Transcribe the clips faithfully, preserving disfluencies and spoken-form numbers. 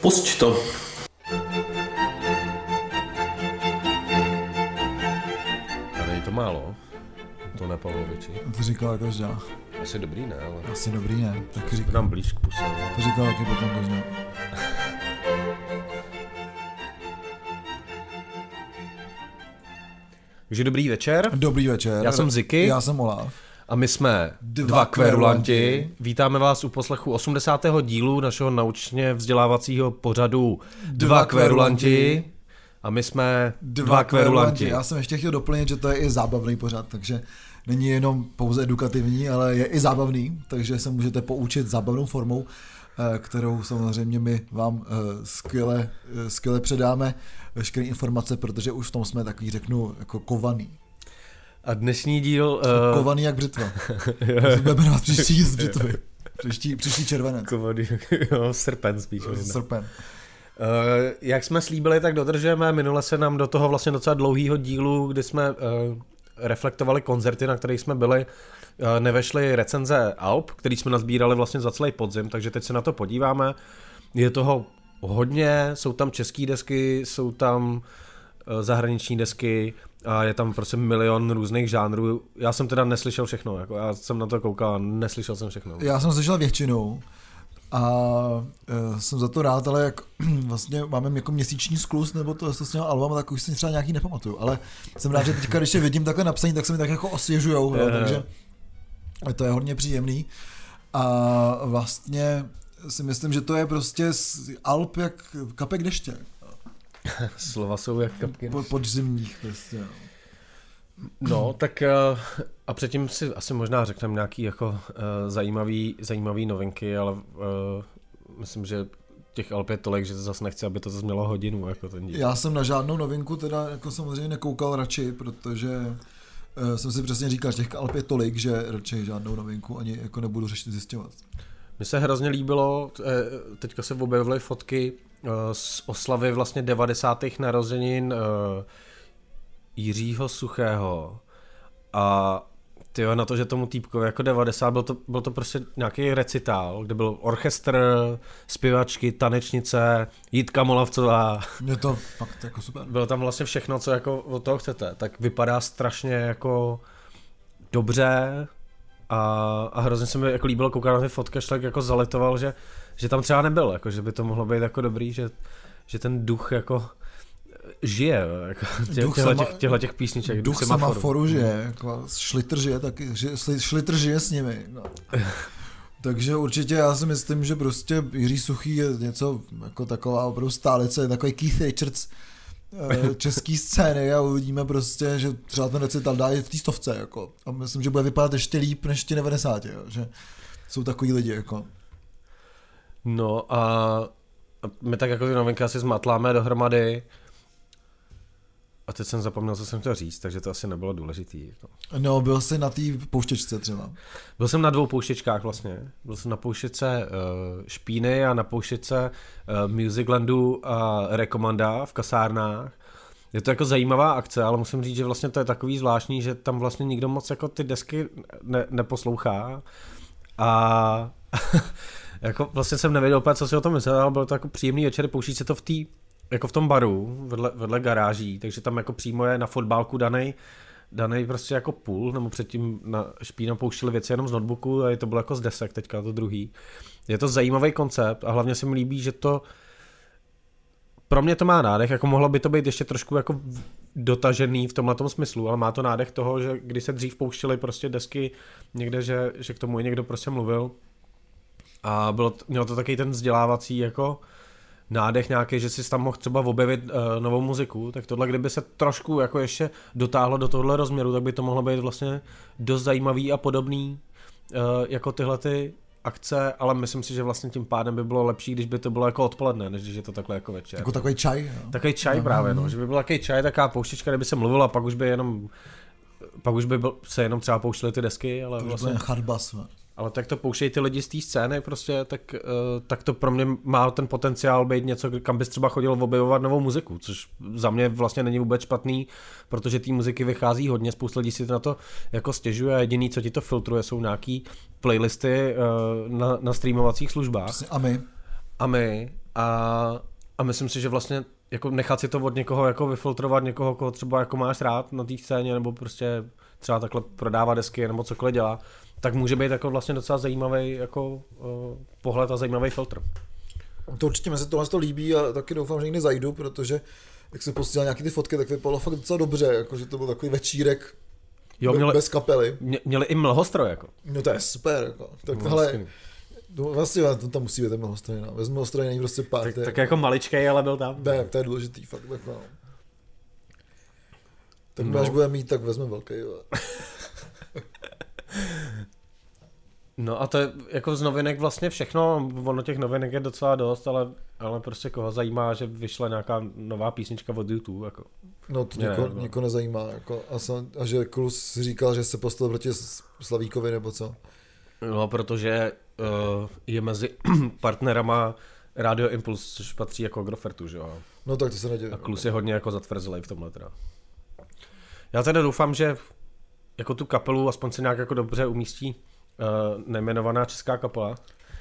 Pusť to. A není to málo? To ne Pavloviči. To říkala každá. Asi dobrý ne, ale... Asi dobrý ne. Tak říkám. Dám blíž k puse. To říkala taky potom každá. Takže dobrý večer. Dobrý večer. Já jsem Ziky. Já jsem Olaf. A my jsme dva, Dva kverulanti. kverulanti. Vítáme vás u poslechu osmdesátého dílu našeho naučně vzdělávacího pořadu Dva, Dva kverulanti. kverulanti. A my jsme Dva, dva kverulanti. Já jsem ještě chtěl doplnit, že to je i zábavný pořad, takže není jenom pouze edukativní, ale je i zábavný, takže se můžete poučit zábavnou formou, kterou samozřejmě my vám skvěle, skvěle předáme veškeré informace, protože už v tom jsme takový, řeknu, jako kovaný. A dnešní díl... Uh... Kovaný jak břitva. Budeme jmenovat příští z břitvy. Příští, příští červenec. Kovaný, jo, srpen spíš. Srpen. Uh, jak jsme slíbili, tak dodržujeme. Minule se nám do toho vlastně docela dlouhýho dílu, kdy jsme uh, reflektovali koncerty, na kterých jsme byli, uh, nevešly recenze alb, který jsme nazbírali vlastně za celý podzim, takže teď se na to podíváme. Je toho hodně, jsou tam české desky, jsou tam uh, zahraniční desky a je tam prostě milion různých žánrů. Já jsem teda neslyšel všechno, jako já jsem na to koukal a neslyšel jsem všechno. Já jsem slyšel většinu. A uh, jsem za to rád, ale jak vlastně máme jako měsíční skluz, nebo to s těma albama, tak už si třeba nějaký nepamatuju, ale jsem rád, že teďka, když je vidím takhle napsaný, tak se mi tak jako osvěžujou, jo, takže to je hodně příjemný. A vlastně si myslím, že to je prostě alb jak kapek deště. Slova jsou jak kapky. Po, podzimních prostě, jo. No, tak a předtím si asi možná řekneme nějaký jako uh, zajímavý, zajímavý novinky, ale uh, myslím, že těch alb je tolik, že zase nechci, aby to zase mělo hodinu. Jako ten díl. Já jsem na žádnou novinku teda jako samozřejmě nekoukal radši, protože uh, jsem si přesně říkal, že těch alb je tolik, že radši žádnou novinku ani jako nebudu řešit zjisťovat. Mně se hrozně líbilo, teďka se objevily fotky uh, z oslavy vlastně devadesátých narozenin uh, Jiřího Suchého a tyjo, na to, že tomu týpkovi jako devadesát, byl to, byl to prostě nějaký recitál, kde byl orchestr, zpěvačky, tanečnice, Jitka Molavcová. Je to fakt jako super. Bylo tam vlastně všechno, co jako od toho chcete, tak vypadá strašně jako dobře a, a hrozně se mi jako líbilo koukat na ty fotky, až tak jako zalitoval, že, že tam třeba nebyl, jako, že by to mohlo být jako dobrý, že, že ten duch jako žije, jako těchto těch, těchto těch písniček. Duch semaforu, semaforu žije, jako Šlitr žije taky, Šlitr žije s nimi. No. Takže určitě já si myslím, že prostě Jiří Suchý je něco jako taková opravdu stálice, takový Keith Richards český scény a uvidíme prostě, že třeba ten recital dá i v té stovce, jako. A myslím, že bude vypadat ještě líp než ti devadesát, jo, že jsou takový lidi, jako. No a my tak jako ty novinky asi zmatláme dohromady. A teď jsem zapomněl, co jsem chtěl říct, takže to asi nebylo důležitý. Jako. No, byl jsi na té pouštěčce třeba. Byl jsem na dvou pouštěčkách vlastně. Byl jsem na pouštěčce uh, Špíny a na pouštěčce uh, Musiclandu a Rekomanda v kasárnách. Je to jako zajímavá akce, ale musím říct, že vlastně to je takový zvláštní, že tam vlastně nikdo moc jako ty desky ne- neposlouchá. A jako vlastně jsem nevěděl úplně, co si o tom myslel, ale bylo to jako příjemný večer, pouští se to v té jako v tom baru, vedle, vedle garáží, takže tam jako přímo je na fotbálku danej, danej prostě jako půl, nebo předtím na Špína pouštili věci jenom z notebooku a to bylo jako z desek, teďka to druhý. Je to zajímavý koncept a hlavně se mi líbí, že to pro mě to má nádech, jako mohlo by to být ještě trošku jako dotažený v tomhletom smyslu, ale má to nádech toho, že když se dřív pouštili prostě desky někde, že, že k tomu i někdo prostě mluvil a bylo to, mělo to taky ten vzdělávací jako nádech nějaký, že jsi tam mohl třeba objevit uh, novou muziku, tak tohle, kdyby se trošku jako ještě dotáhlo do tohohle rozměru, tak by to mohlo být vlastně dost zajímavý a podobný uh, jako tyhle ty akce, ale myslím si, že vlastně tím pádem by bylo lepší, když by to bylo jako odpoledne, než když je to takhle jako večer. Jako takový čaj. Jo? Takový čaj no, právě, no, že by byl takový čaj, taká pouštička, kde by se mluvilo a pak už by jenom pak už by byl, se jenom třeba pouštily ty desky, ale to vlastně hardbass, no. Ale tak to pouštějí ty lidi z té scény prostě, tak, uh, tak to pro mě má ten potenciál být něco, kam bys třeba chodil objevovat novou muziku, což za mě vlastně není vůbec špatný, protože té muziky vychází hodně, spousta lidí si na to jako stěžuje a jediný, co ti to filtruje, jsou nějaký playlisty uh, na, na streamovacích službách. A my. A my. A, a myslím si, že vlastně jako nechat si to od někoho jako vyfiltrovat, někoho, koho třeba jako máš rád na té scéně, nebo prostě třeba takhle prodává desky, nebo cokoliv dělá, tak může být jako vlastně docela zajímavý jako uh, pohled a zajímavý filtr. To určitě mi se tohle to líbí a taky doufám, že někdy zajdu, protože jak jsem posílal nějaký ty fotky, tak vypadalo fakt docela dobře, jako, že to byl takový večírek jo, měli, bez kapely. Mě, měli i mlhostroj, jako. No to je super, jako. Tak no, tohle, no, vlastně to tam musí být ten mlhostroj, no. Bez mlhostroj není prostě pár. Tak, tak jako maličkej, ale byl tam. Ne, to je důležitý, fakt, jako, no. Tak no. Až budeme mít, tak vezmeme velký, jo. No a to je jako z novinek vlastně všechno, ono těch novinek je docela dost, ale, ale prostě koho zajímá, že vyšla nějaká nová písnička od YouTube, jako. No to něko, ne, něko nezajímá, jako, a, sam, a že Klus říkal, že se postavil proti Slavíkovi, nebo co? No, protože uh, je mezi partnerama Radio Impuls, což patří jako Agrofertu, že jo. No tak to se neděje. A Klus je hodně jako zatvrzlej v tomhle teda. Já teda doufám, že jako tu kapelu aspoň se nějak jako dobře umístí Uh, nejmenovaná česká kapela.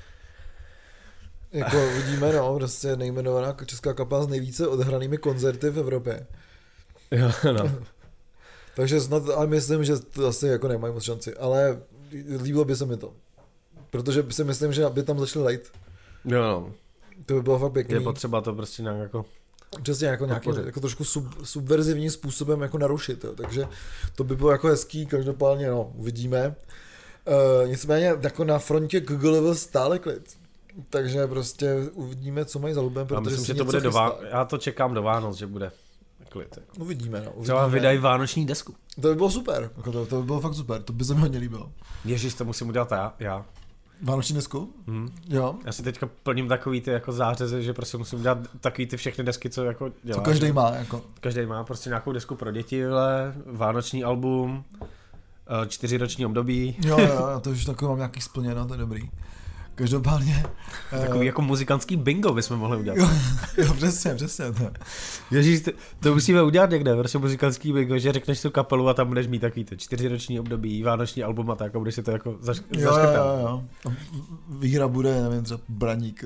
Jako vidíme, no, prostě nejmenovaná česká kapela s nejvíce odhranými koncerty v Evropě. Jo, no. Takže snad, ale myslím, že to asi jako nemají moc šanci, ale líbilo by se mi to. Protože si myslím, že by tam začali lejt. Jo, no. To by bylo fakt pěkný. Je potřeba to prostě nějak jako... Přesně jako nějaký, jako trošku sub, subverzivním způsobem jako narušit, jo. Takže to by bylo jako hezký, každopádně, no, uvidíme. Uh, nicméně jako na frontě K G L V stále klid, takže prostě uvidíme, co mají za lubem, protože myslím, že to bude do Vá... Já to čekám do Vánoc, že bude klid. Jako. Uvidíme, no. Uvidíme. Třeba vydají vánoční desku. To by bylo super, jako to, to by bylo fakt super, to by se mi hodně líbilo. Ježiš, to musím udělat já. já. Vánoční desku? Hmm. Jo. Já si teďka plním takový ty jako zářezy, že prostě musím udělat takový ty všechny desky, co jako dělá. Co každý má, jako. Každý má prostě nějakou desku pro děti, ale vánoční album, čtyřiroční období. Jo, jo, to už takový mám nějaký splněno, to je dobrý. Každopádně... Takový jako muzikantský bingo bychom mohli udělat. Jo, jo přesně, přesně. To. Ježíš, to, to musíme udělat někde, prostě muzikantský bingo, že řekneš tu kapelu a tam budeš mít takový to čtyřiroční období, vánoční album a tak, a budeš si to jako zaš, jo, zaškrtat. Jo, jo, jo. Výhra bude, nevím, třeba Braník.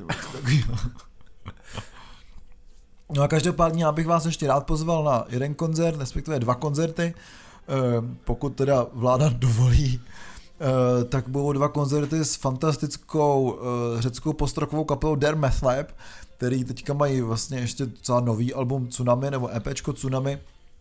No a každopádně já bych vás ještě rád pozval na jeden koncert, respektive dva koncerty. Pokud teda vláda dovolí, tak budou dva koncerty s fantastickou řeckou postrokovou kapelou Der Meth Lab, který teďka mají vlastně ještě docela nový album Tsunami, nebo EPčko Tsunami,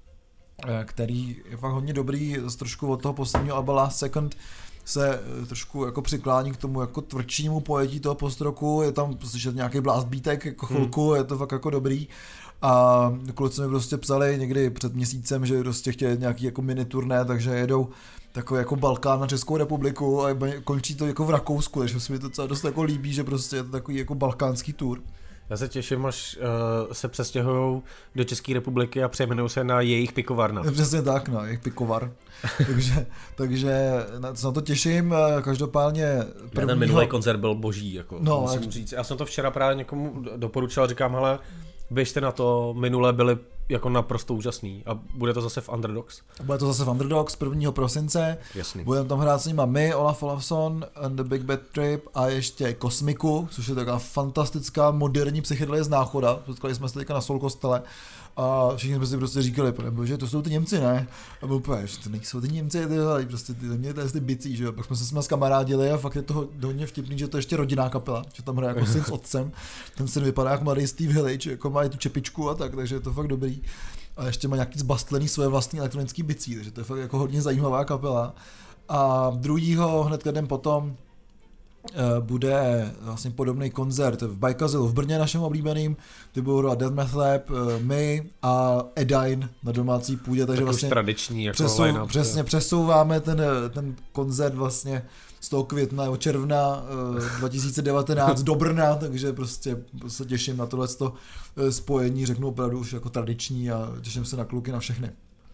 který je fakt hodně dobrý, trošku od toho posledního alba Last Second se trošku jako přiklání k tomu jako tvrdšímu pojetí toho postroku, je tam slyšet nějaký blast beatek jako chvilku, hmm. je to fakt jako dobrý. A kluci mi prostě psali někdy před měsícem, že prostě chtěli nějaký jako mini turné, takže jedou takový jako Balkán na Českou republiku a končí to jako v Rakousku, takže se mi to docela dost jako líbí, že prostě je to takový jako balkánský tour. Já se těším, až uh, se přestěhujou do České republiky a přejmenují se na jejich pikovárna. Přesně tak, no, jejich pikovar. takže, takže na, na to těším, každopádně prvního... Ten minulý koncert byl boží, jako no, musím jak... říct. Já jsem to včera právě někomu doporučil, říkám, hele, běžte na to, minule byly jako naprosto úžasný a bude to zase v Underdogs. Bude to zase v Underdogs prvního prosince. Jasný. Budeme tam hrát s nima my, Olaf Olafson and the Big Bad Trip a ještě Kosmiku, což je taková fantastická moderní psychedelie z Náchoda. Potkali jsme se teďka na Soul Kostele a všichni jsme si prostě říkali, že to jsou ty Němci, ne? A byl úplně, že to nejsou ty Němci, ty, ale prostě ty, mě to je ty bicí, že jo. Pak jsme se s nimi skamarádili a fakt je to hodně vtipný, že to je ještě rodinná kapela, že tam hraje jako syn s otcem. Ten syn vypadá jako mladý Steve Hillage, jako má i tu čepičku a tak, takže je to fakt dobrý. A ještě má nějaký zbastlený svoje vlastní elektronický bicí, takže to je fakt jako hodně zajímavá kapela. A druhýho hnedka den potom bude vlastně podobný koncert v Bajkazilu v Brně, našem oblíbeným, ty budou hrát Death Meth Lab, my a Edine na domácí půdě, takže tak vlastně tradiční jako přesou, line-up, přesně přesouváme ten, ten koncert vlastně z toho května nebo června dva tisíce devatenáct do Brna, takže prostě se těším na tohleto spojení, řeknu opravdu už jako tradiční a těším se na kluky na všechny.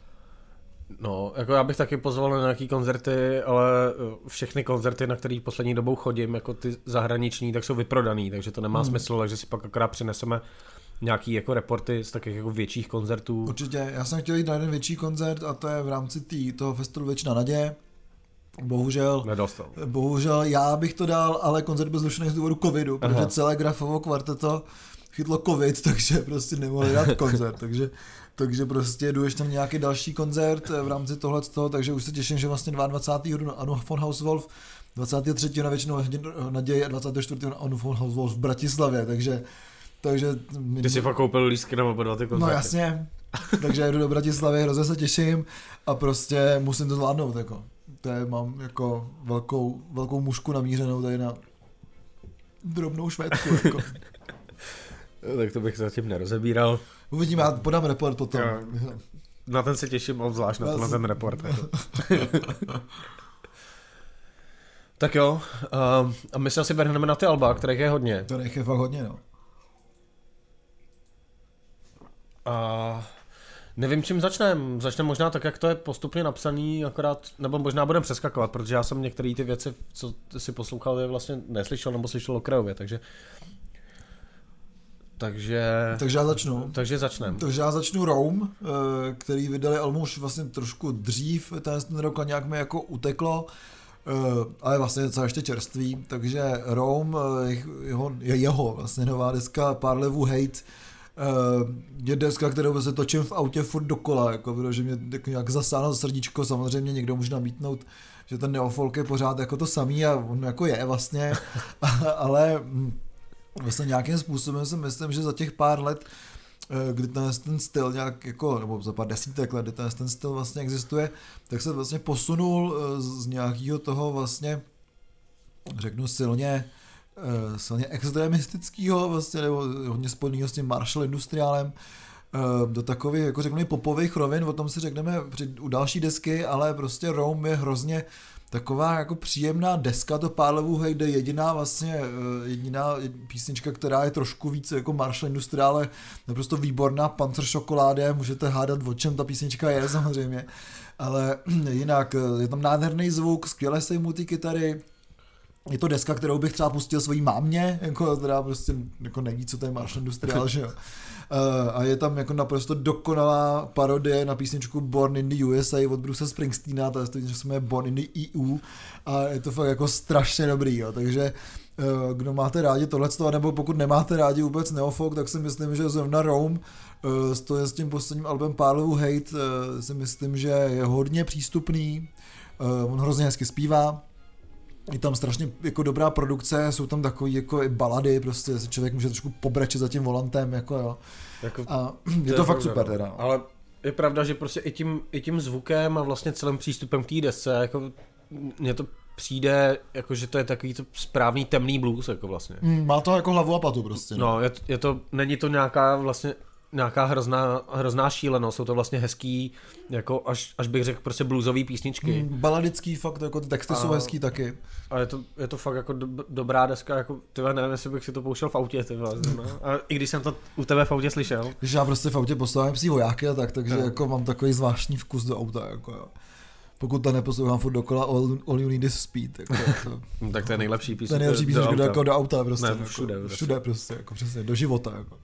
No, jako já bych taky pozval na nějaký koncerty, ale všechny koncerty, na který poslední dobou chodím, jako ty zahraniční, tak jsou vyprodaný, takže to nemá hmm. smysl, takže si pak akorát přineseme nějaký jako reporty z takových jako větších koncertů. Určitě, já jsem chtěl jít na jeden větší koncert a to je v rámci tý, toho festivalu Věčná naděje. Bohužel, Nedostal. bohužel já bych to dal, ale koncert byl zrušený z důvodu covidu, protože Aha. celé Grafovo kvarteto chytlo covid, takže prostě nemohli dát koncert, takže, takže prostě jdu ještě na nějaký další koncert v rámci tohleto, takže už se těším, že vlastně dvacátého druhého jdu na Anu von Hauswolf, dvacátého třetího na Věčnou naději a dvacátého čtvrtého na Anu von Hauswolf v Bratislavě, takže takže... Ty jsi fakt koupil lístky na oba dva ty koncerty. No jasně, takže jdu do Bratislavy, hrozně se těším a prostě musím to zvládnout, jako. To je, mám jako velkou, velkou mušku namířenou tady na drobnou Švédku, jako. Tak to bych se zatím nerozebíral. Uvidíme, já podám report potom. Jo. Na ten se těším obzvlášť, na, na ten report. Tak jo, uh, a my se asi vrhneme na ty alba, kterých je hodně. Kterých je fakt hodně, no. A nevím, čím začneme. Začneme možná tak, jak to je postupně napsaný, akorát, nebo možná budeme přeskakovat, protože já jsem některé ty věci, co si poslouchal, je vlastně neslyšel, nebo slyšel okrajově, takže... Takže... Takže já začnu. Takže začneme. Takže já začnu Rome, který vydali album už vlastně trošku dřív, ten, ten rok a nějak mi jako uteklo, ale vlastně docela ještě čerstvý, takže Rome, jeho, jeho vlastně nová deska Parlez-vous Hate, je deska, kterou se točím v autě furt dokola, jako, protože mě jako nějak zasáhlo srdíčko, samozřejmě někdo může namítnout, že ten neofolk je pořád jako to samý a on jako je vlastně, ale vlastně nějakým způsobem si myslím, že za těch pár let, kdy ten, ten styl nějak jako, nebo za pár desítek let, kdy ten, ten styl vlastně existuje, tak se vlastně posunul z nějakého toho vlastně, řeknu silně, silně extremistického, vlastně, nebo hodně spojeného s tím Marshall Industriálem, do takových, jako řeknu, popových rovin, o tom si řekneme při, u další desky, ale prostě Rome je hrozně taková jako příjemná deska, to Parlez-vous Hate, jediná vlastně, jediná písnička, která je trošku víc jako Marshall Industriále, naprosto výborná, Panzer Šokoláde, můžete hádat, o čem ta písnička je samozřejmě, ale jinak je tam nádherný zvuk, skvěle se mu ty kytary. Je to deska, kterou bych třeba pustil svojí mámě, jako, která prostě jako neví, co to je Marshall Industrial, že jo. Uh, a je tam jako naprosto dokonalá parodie na písničku Born in the U S A od Bruce Springsteena, to je to, že se jmenuje Born in the E U a je to fakt jako strašně dobrý, jo. Takže uh, kdo máte rádi tohleto, nebo pokud nemáte rádi vůbec neofolk, tak si myslím, že zrovna Rome uh, stojí s tím posledním albem Parlez-vous Hate, uh, si myslím, že je hodně přístupný, uh, on hrozně hezky zpívá. Je tam strašně jako dobrá produkce, jsou tam takový jako i balady, prostě se člověk může trošku pobrečet za tím volantem, jako jo. Jako, a je to, to fakt super teda. Ale je pravda, že prostě i tím, i tím zvukem a vlastně celým přístupem k té desce, jako mně to přijde, jako že to je takový to správný temný blues, jako vlastně. Mm, má to jako hlavu a patu prostě. No, no je, je to, není to nějaká vlastně nějaká hrozná, hrozná šílenost, jsou to vlastně hezký, jako až, až bych řekl prostě bluesový písničky. Mm, baladický fakt, jako ty texty a, jsou hezký taky. A je to, je to fakt jako do, dobrá deska, jako tyhle nevím, jestli bych si to pouštěl v autě, tyhle, no. A i když jsem to u tebe v autě slyšel. Když já prostě v autě poslouchám psí vojáky a tak, takže no. Jako mám takový zvláštní vkus do auta, jako jo. Pokud to neposlouchám furt dokola, all, all you need is speed. Jako, to, no, tak to je nejlepší písnička. To je nejlepší písnička do, jako do auta prostě. Ne, jako, všude, všude, všude prostě, jako přesně, do života, jako.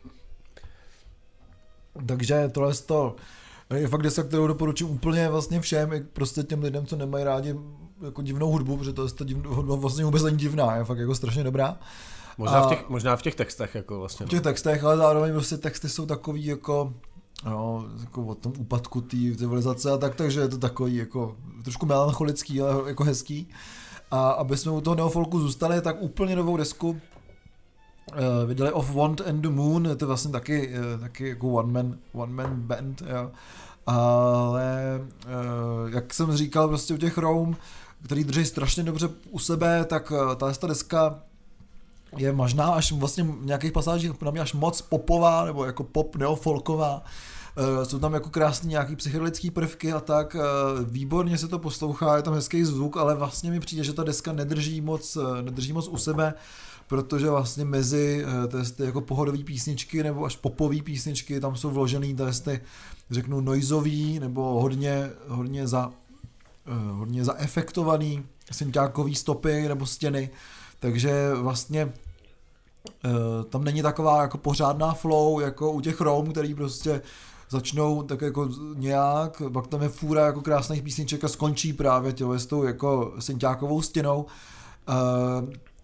Takže tohle to je fakt deska, kterou doporučím úplně vlastně všem, prostě těm lidem, co nemají rádi jako divnou hudbu, protože to je ta hudba vlastně vůbec není divná, je fakt jako strašně dobrá. Možná, a v těch, možná v těch textech jako vlastně. V těch textech, ale zároveň prostě texty jsou takový jako, no, jako o tom úpadku té civilizace a tak, takže je to takový jako trošku melancholický, ale jako hezký. A aby jsme u toho neofolku zůstali, tak úplně novou desku Uh, vydali Of Want and the Moon, je to vlastně taky, uh, taky jako one man, one man band, jo. Ale uh, jak jsem říkal prostě u těch Rome, který drží strašně dobře u sebe, tak uh, ta deska je možná až vlastně v nějakých pasážích na mě až moc popová, nebo jako pop neofolková. Uh, jsou tam jako krásný nějaký psychedelický prvky a tak, uh, výborně se to poslouchá, je tam hezký zvuk, ale vlastně mi přijde, že ta deska nedrží moc, uh, nedrží moc u sebe, protože vlastně mezi ty jako pohodové písničky nebo až popové písničky tam jsou vložený ty, řeknu, noizový nebo hodně, hodně, za, hodně zaefektovaný synťákový stopy nebo stěny, takže vlastně tam není taková jako pořádná flow jako u těch Rome, který prostě začnou tak jako nějak, pak tam je fůra jako krásných písniček a skončí právě těhle s tou jako synťákovou stěnou.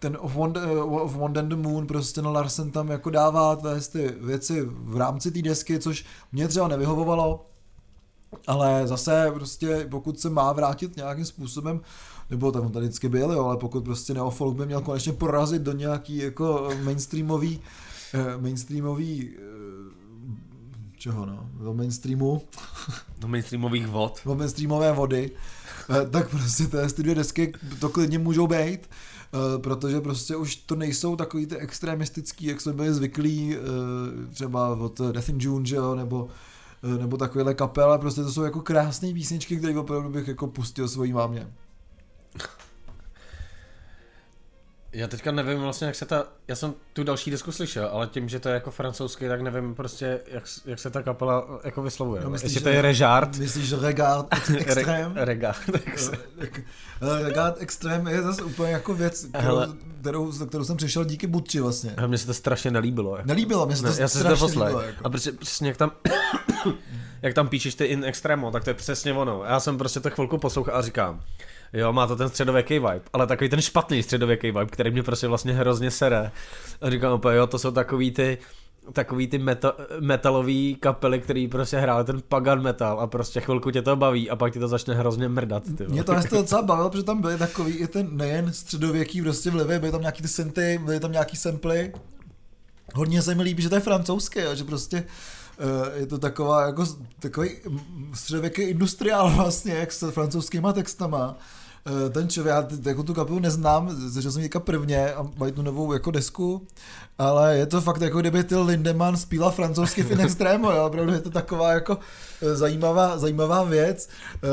ten of One, of One and the Moon, prostě no Larsen tam jako dává ty věci v rámci té desky, což mě třeba nevyhovovalo, ale zase prostě pokud se má vrátit nějakým způsobem, nebo tam tady vždycky byl, jo, ale pokud prostě neofolk by měl konečně porazit do nějaký jako mainstreamový mainstreamový čeho no, do mainstreamu do mainstreamových vod do mainstreamové vody, tak prostě ty dvě desky to klidně můžou být, protože prostě už to nejsou takový ty extremistický, jak jsme byli zvyklí třeba od Death in June, že jo, nebo nebo takovéhle kapele, prostě to jsou jako krásné písničky, které opravdu bych jako pustil svojí mámě. Já teďka nevím vlastně, jak se ta, já jsem tu další desku slyšel, ale tím, že to je jako francouzský, tak nevím prostě, jak, jak se ta kapela jako vyslovuje. No, myslíš, jestli to je Regard? Myslíš Regard Extrém? Re, regard Regard Extrém je zase úplně jako věc, kterou, kterou, kterou jsem přišel díky Butči vlastně. A mně se to strašně nelíbilo. Jako. Nelíbilo, mně se to ne, strašně líbilo. Jako. A prostě, přesně jak tam, jak tam píšeš ty in extremo, tak to je přesně ono. Já jsem prostě to chvilku poslouchal a říkám, jo, má to ten středověký vibe, ale takový ten špatný středověký vibe, který mě prostě vlastně hrozně sere. A říkám opět, jo, to jsou takový ty, takový ty meta, metalový kapely, který prostě hráli ten pagan metal a prostě chvilku tě to baví a pak ti to začne hrozně mrdat. Ty mě to vlastně docela bavilo, protože tam byly takový i ten nejen středověký prostě vlivy, byly tam nějaký ty synty, byly tam nějaký samply. Hodně se mi líbí, že to je francouzské, že prostě je to taková jako takový středověký industriál vlastně, jak s francouzskýma textama. Ten člověk, já jako tu kapelu neznám, začal jsem teďka prvně a mají tu novou jako desku, ale je to fakt jako kdyby Till Lindemann zpíval francouzsky v in extremo, jo, opravdu je to taková jako zajímavá, zajímavá věc,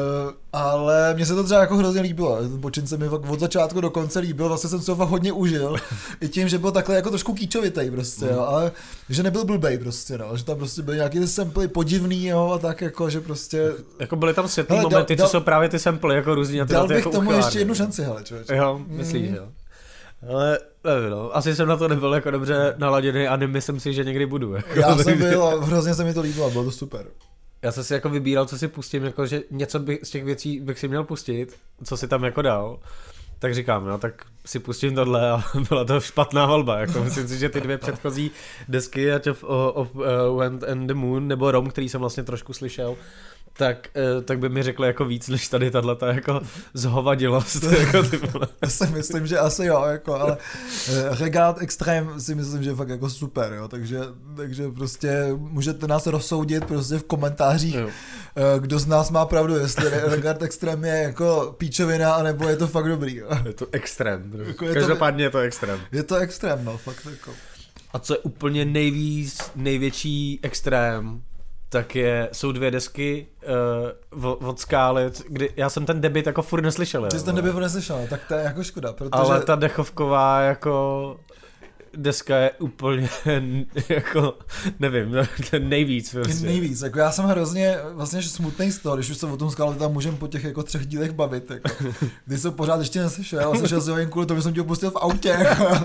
ale mně se to třeba jako hrozně líbilo, ten počin se mi od začátku do konce líbil, vlastně jsem se ho fakt hodně užil, i tím, že byl takhle jako trošku kýčovitej prostě, jo, ale že nebyl blbej prostě, no, že tam prostě byly nějaký ty samply podivný, jo, a tak jako, že prostě... Jako byly tam světlý hele, momenty, dal, co jsou právě ty samply, jako různý. Dal bych jako tomu uchylárny. Ještě jednu šanci, hele, člověče. Jo, myslíš, mm. jo. Ale nevím, no, asi jsem na to nebyl jako dobře naladěný a nemyslím si, že někdy budu. Jako, já jsem byl a hrozně se mi to líbilo, bylo to super. Já jsem si jako vybíral, co si pustím, jako že něco by, z těch věcí bych si měl pustit, co si tam jako dal. Tak říkám, no, tak si pustím tohle a byla to špatná volba, jako myslím si, že ty dvě předchozí desky, ať of, of uh, Wind and the Moon, nebo Rom, který jsem vlastně trošku slyšel, tak, uh, tak by mi řekli jako víc, než tady tato jako zhovadilost. Jako ty já si myslím, že asi jo, jako, ale uh, Regard Extreme si myslím, že je fakt jako super, jo, takže, takže prostě můžete nás rozsoudit prostě v komentářích, jo. Kdo z nás má pravdu, jestli Regard Extreme je jako píčovina, anebo je to fakt dobrý. Jo. Je to extrém, jako je každopádně to, je to extrém. Je to extrém, no, fakt jako. A co je úplně nejvíc, největší extrém, tak je, jsou dvě desky uh, od Skály, kdy já jsem ten debut jako furt neslyšel. Ty jsi ten debut furt neslyšel, tak to je jako škoda, protože... Ale ta dechovková jako deska je úplně jako, nevím, ten nejvíc. Prostě. Nejvíc, jako já jsem hrozně vlastně smutný z toho, když už se o tom Skále tam můžeme po těch jako třech dílech bavit, jako, když jsem pořád ještě neslyšel, já slyšel jsem jen kvůli tomu, že jsem tě pustil v autě, jako.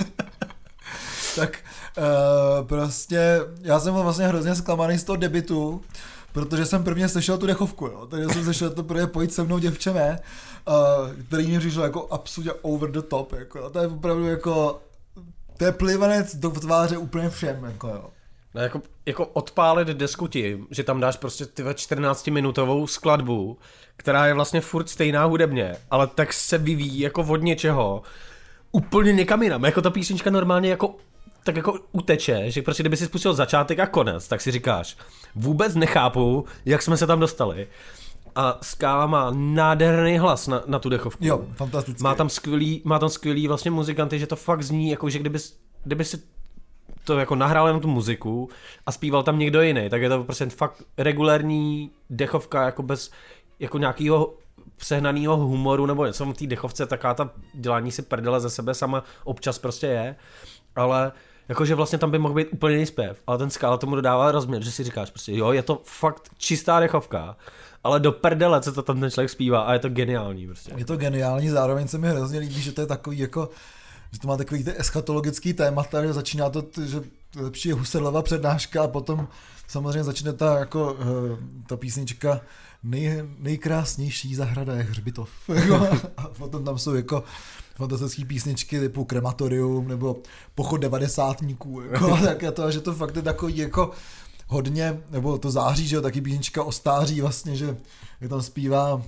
Tak uh, prostě já jsem byl vlastně hrozně zklamaný z toho debutu, protože jsem prvně slyšel tu dechovku, jo. Takže jsem slyšel to prvně Pojď se mnou děvče mé, uh, který mi přišlo jako absolutně over the top, jako. A to je opravdu jako, to je plivanec do tváře úplně všem, jako jo. No jako, jako odpálit desku tím, že tam dáš prostě ty čtrnáctiminutovou skladbu, která je vlastně furt stejná hudebně, ale tak se vyvíjí jako od něčeho úplně někam jinam, jako ta písnička normálně jako tak jako uteče, že prostě kdyby si spustil začátek a konec, tak si říkáš, vůbec nechápu, jak jsme se tam dostali. A Skála má nádherný hlas na, na tu dechovku. Jo, fantastický. Má tam skvělý, má tam skvělý vlastně muzikanty, že to fakt zní, jako že kdyby, kdyby si to jako nahrál jenom tu muziku a zpíval tam někdo jiný, tak je to prostě fakt regulární dechovka, jako bez jako nějakého přehnaného humoru nebo něco v té dechovce, taká ta dělání si prdele ze sebe sama občas prostě je, ale jakože vlastně tam by mohl být úplně jiný zpěv, ale ten Skála tomu dodává rozměr, že si říkáš prostě jo, je to fakt čistá dechovka, ale do prdele, co to tam ten člověk zpívá a je to geniální prostě. Je to geniální, zároveň se mi hrozně líbí, že to je takový jako, že to má takový ty eschatologický témata, že začíná to, že lepší je Husserlova přednáška a potom samozřejmě začne ta, jako, ta písnička nej, nejkrásnější zahrada je hřbitov. A potom tam jsou jako fantastické písničky typu Krematorium nebo Pochod devadesátníků. Jako, tak je to, že to fakt je takový jako hodně, nebo to září, že jo, taky písnička o stáří vlastně, že je tam zpívá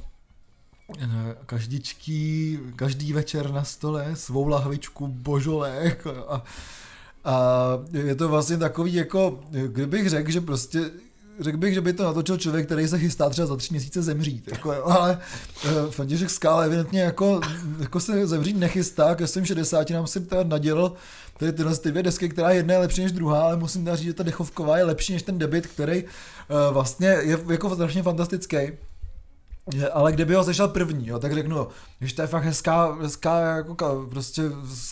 každičký, každý večer na stole svou lahvičku božole jako, a, a je to vlastně takový jako, kdybych řekl, že prostě řekl bych, že by to natočil člověk, který se chystá třeba za tři měsíce zemřít, jako, ale František Skála evidentně jako, jako se zemřít nechystá, ke svým šedesáti nám si teda nadělil tady tyhle ty dvě desky, která jedna je lepší než druhá, ale musím teda říct, že ta dechovková je lepší než ten debut, který vlastně je jako strašně fantastický. Ale kdyby ho sešel první, jo, tak řeknu, že to je fakt hezká, hezká jako prostě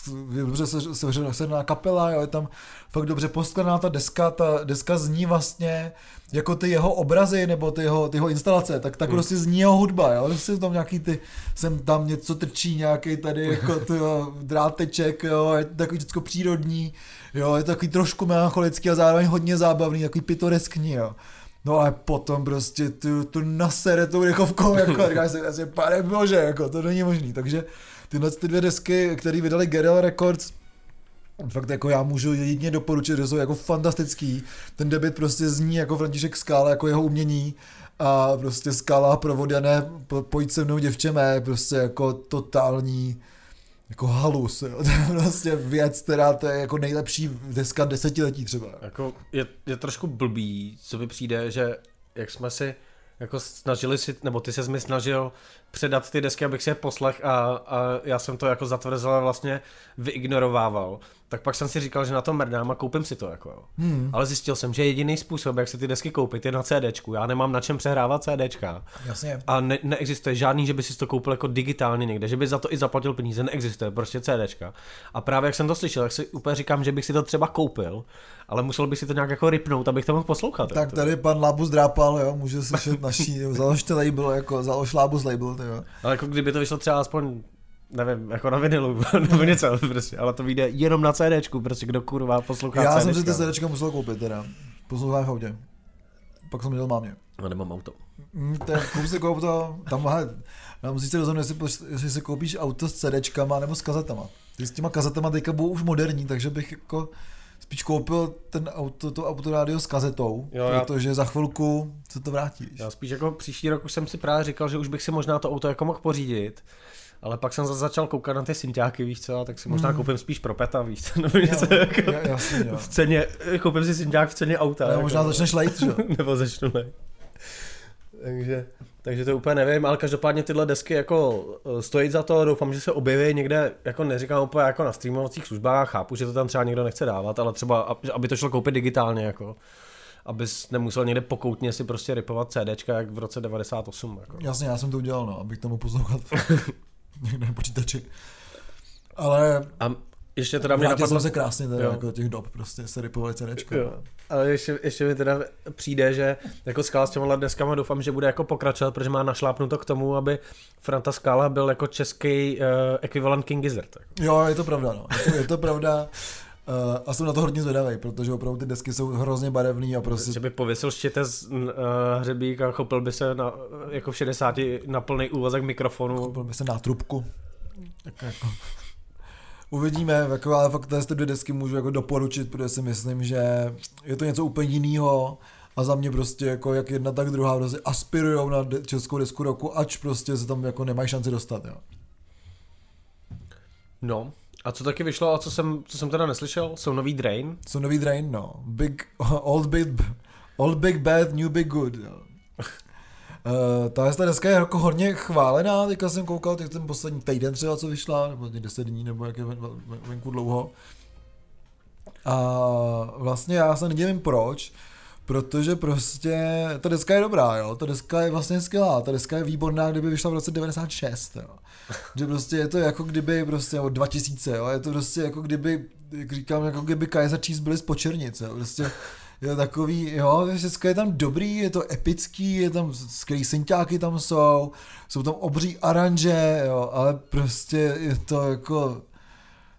dobře seřená kapela, jo, je tam fakt dobře posklená ta deska, ta deska zní vlastně jako ty jeho obrazy nebo ty jeho, ty jeho instalace, tak tak hmm. prostě zní jeho hudba, jo, prostě tam nějaký ty, sem tam něco trčí, nějaký tady jako ty dráteček, jo, je to takový všechno přírodní, jo, je to takový trošku melancholický a zároveň hodně zábavný, takový pitoreskní, jo. No ale potom prostě tu, tu nasere tou dechovkou, jako říkáš si asi pane bože, jako to není možný, takže tyhle ty dvě desky, které vydali Guerrilla Records, fakt jako já můžu jedině doporučit, že jsou jako fantastický, ten debut prostě zní jako František Skála, jako jeho umění a prostě Skála provodané, pojď se mnou děvče mé, prostě jako totální jako halus, jo. To je prostě věc, která to je jako nejlepší deska desetiletí třeba. Jako je, je trošku blbý, co by přijde, že jak jsme si jako snažili si, nebo ty ses mi snažil předat ty desky, abych si je poslech a, a já jsem to jako zatvrzel vlastně vyignoroval, tak pak jsem si říkal, že na to mrdám a koupím si to jako jo. Hmm. Ale zjistil jsem, že jediný způsob, jak si ty desky koupit, je na CDčku. Já nemám na čem přehrávat CDčka. Jasně. A ne, neexistuje žádný, že by si to koupil jako digitálně někde, že by za to i zaplatil peníze, neexistuje, prostě CDčka. A právě jak jsem to slyšel, tak si úplně říkám, že bych si to třeba koupil, ale musel bych si to nějak jako ripnout, abych to mohl poslouchat. Tak tady to. Pan Lábus drápal, jo, může slyšet naší, založte label, jako založ Lábus label, jo. Ale jako kdyby to vyšlo třeba aspoň, nevím, jako na vinilu, nebo něco, prostě, ale to vyjde jenom na CDčku, prostě kdo kurva poslouchá Já CDčka. jsem si ty CDčka musel koupit teda, poslouchám v autě, pak jsem dělal mámě. No nemám auto. Mm, tak koup si koup to, tam má, musíš se rozhodnout, jestli, jestli si koupíš auto s CDčkama nebo s kazetama. Ty s těma kazetama teďka budou už moderní, takže bych jako spíš koupil ten auto, to autorádio s kazetou, jo, protože já... za chvilku se to vrátí. Já spíš jako příští rok už jsem si právě říkal, že už bych si možná to auto jako mohl pořídit, ale pak jsem zase začal koukat na ty synťáky, víš co, tak si možná mm. koupím spíš pro peta, víš co, nebo něco jo, jako jasný, jo. v ceně, koupím si synťák v ceně auta. No, jako, možná začneš lejt, že? Nebo začnu lejt. Takže, takže to úplně nevím, ale každopádně tyhle desky jako stojí za to, doufám, že se objeví někde, jako neříkám úplně jako na streamovacích službách, chápu, že to tam třeba někdo nechce dávat, ale třeba, aby to šlo koupit digitálně, jako, abys nemusel někde pokoutně si prostě ripovat CDčka, jak v roce devadesát osm. Jako. Jasně, já jsem to udělal, no, abych tomu poslouchat někde na počítači. Ale... A ještě teda mě napadlo... jsem se krásně teda, jako těch dob, prostě se ripovali CDčka. Jo. Ale ještě, ještě mi teda přijde, že jako Skála s těma dneskama doufám, že bude jako pokračovat, protože má našlápnuto k tomu, aby Franta Skála byl jako český uh, ekvivalent King Gizzard. Jako. Jo, je to pravda, no. Je to, je to pravda. Uh, a jsem na to hodně zvědavý, protože opravdu ty desky jsou hrozně barevný a prostě... Že by pověsil štěte z uh, hřebík a chopil by se na, jako v šedesáti na plný úvazek mikrofonu. Chopil by se na trubku. Tak jako... Uvidíme, jako, ale fakt ty dvě desky můžu jako doporučit, protože si myslím, že je to něco úplně jiného a za mě prostě jako jak jedna, tak druhá prostě aspirujou na de- českou desku roku, ač prostě se tam jako nemají šanci dostat. Jo. No, a co taky vyšlo a co jsem, co jsem teda neslyšel, jsou nový Drain? Jsou nový Drain, no. Big, old big, old big bad, new big good. Jo. Uh, ta deska je jako hodně chválená, teďka jsem koukal, teď ten poslední týden třeba, co vyšla, nebo deset dní, nebo jak je ven, ven, venku dlouho. A vlastně já se nedivím proč, protože prostě ta deska je dobrá, jo, ta deska je vlastně skvělá, ta deska je výborná, kdyby vyšla v roce devadesát šest, jo. Že prostě je to jako kdyby prostě, od dva tisíce, jo, je to prostě jako kdyby, jak říkám, jako kdyby Kaiser Chiefs byli z Počernic, jo, prostě je takový, jo, všechno je tam dobrý, je to epický, je tam skvělý synťáky tam jsou, jsou tam obří aranže, jo, ale prostě je to jako,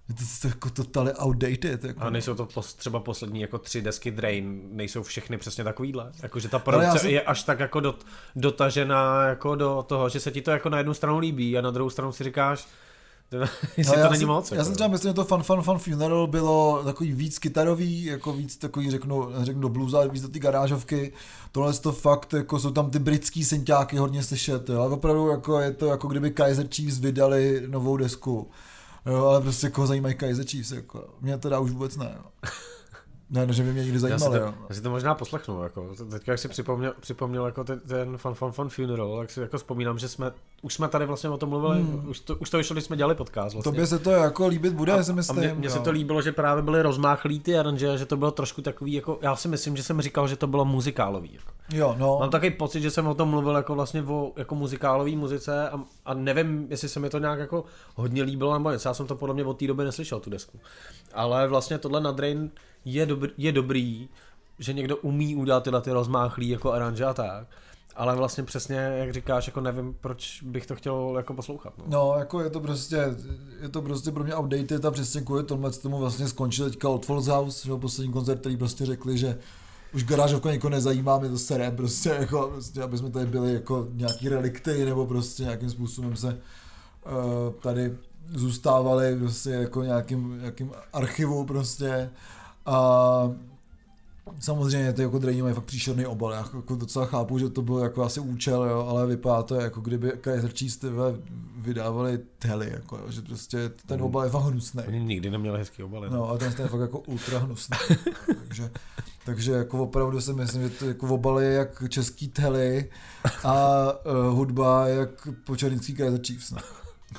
To je jako totally outdated. Jako. A nejsou to pos, třeba poslední jako tři desky Drain, nejsou všechny přesně takovýhle? Jakože ta produkce jsem... je až tak jako dot, dotažená jako do toho, že se ti to jako na jednu stranu líbí a na druhou stranu si říkáš, jestli no, to není si, moc. Já jako. jsem třeba myslím, že to Fun Fun Fun Funeral bylo takový víc kytarový, jako víc takový řeknu, řeknu do bluesa, víc do ty garážovky. Tohle to fakt, jako jsou tam ty britský synťáky hodně slyšet, jo. A opravdu jako je to jako kdyby Kaiser Chiefs vydali novou desku. Jo, ale prostě koho zajímají Kaiser Chiefs, jako. Mě teda už vůbec ne, jo. Ne, že by mě někdy zajímalo, já si to, jo. Já si to možná poslechnu, jako. Teďka jak si připomněl, připomněl jako ten, ten Fun Fun Fun Funeral, tak si jako vzpomínám, že jsme, už jsme tady vlastně o tom mluvili, hmm. už, to, už to vyšlo, když jsme dělali podcast vlastně. Tobě se to jako líbit bude, a, si myslím. A mně, mně se to líbilo, že právě byly rozmáchlý ty aranže, že to bylo trošku takový, jako, já si myslím, že jsem říkal, že to bylo muzikálový, jako. Jo, no. Mám takový pocit, že jsem o tom mluvil jako vlastně o jako muzikálový muzice a, a nevím, jestli se mi to nějak jako hodně líbilo nebo něco, já jsem to podle mě od té doby neslyšel, tu desku. Ale vlastně tohle na Drain je, dobr, je dobrý, že někdo umí udělat tyhle ty rozmáchlý jako aranže a tak. Ale vlastně přesně, jak říkáš, jako nevím, proč bych to chtěl jako poslouchat. No, no jako je to prostě, je to prostě pro mě outdated a přesně kvůli tomhle tomu vlastně skončil teďka Old Folks House, že poslední koncert, který prostě řekli, že už garážovka někoho nezajímá, mě to serem, prostě jako, prostě, aby jsme tady byli jako nějaký relikty, nebo prostě nějakým způsobem se uh, tady zůstávali prostě jako nějakým, nějakým archivu prostě a samozřejmě ty jako Draini mají fakt příšerný obal, já jako docela chápu, že to byl jako asi účel, jo, ale vypadá to jako kdyby Kaiser Chiefs vydávali tely, jako jo, že prostě ten obal je fakt hnusný. Oni nikdy neměli hezký obaly. No a ten je fakt jako ultra hnusný. takže, takže jako opravdu si myslím, že to jako obaly je jak český tely a uh, hudba jak počernický Kaiser Chiefs. No.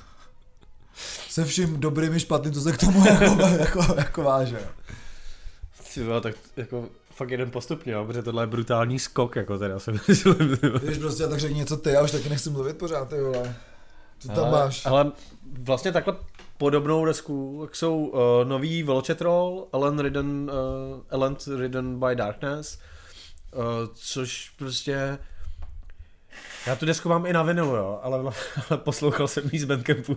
Se vším dobrým i špatným, co se k tomu jako, jako, jako váže. Tyba, tak jako fakt jeden postupně, jo, protože tohle je brutální skok, jako teda jsem myslím. Víš, prostě tak řekni něco ty, já už taky nechci mluvit pořád, ty vole. Co tam ale, máš? Ale vlastně takhle podobnou desku, jak jsou uh, nový Velocetrol, Ellen Ridden, uh, Ellen Ridden by Darkness, uh, což prostě... Já tu desku mám i na vinylu, jo, ale, ale poslouchal jsem jí z Bandcampu.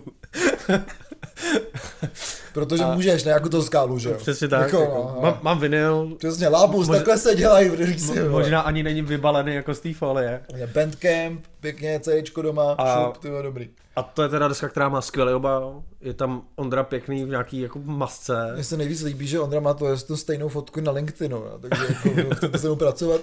Protože a můžeš, ne jako to skálu, že jo? Přesně tak, jako, jako, no, mám, mám vinyl. Přesně, lábus, mož, takhle se dělají v redakci. Mo, možná ani není vybalený jako z té folie. Je Bandcamp, pěkně CDčko doma, a, šup, tyhle dobrý. A to je teda deska, která má skvělý obal, je tam Ondra pěkný v nějaký jako masce. Mně se nejvíc líbí, že Ondra má to, je to stejnou fotku na LinkedInu, jo? Takže jako, chcete se mu pracovat.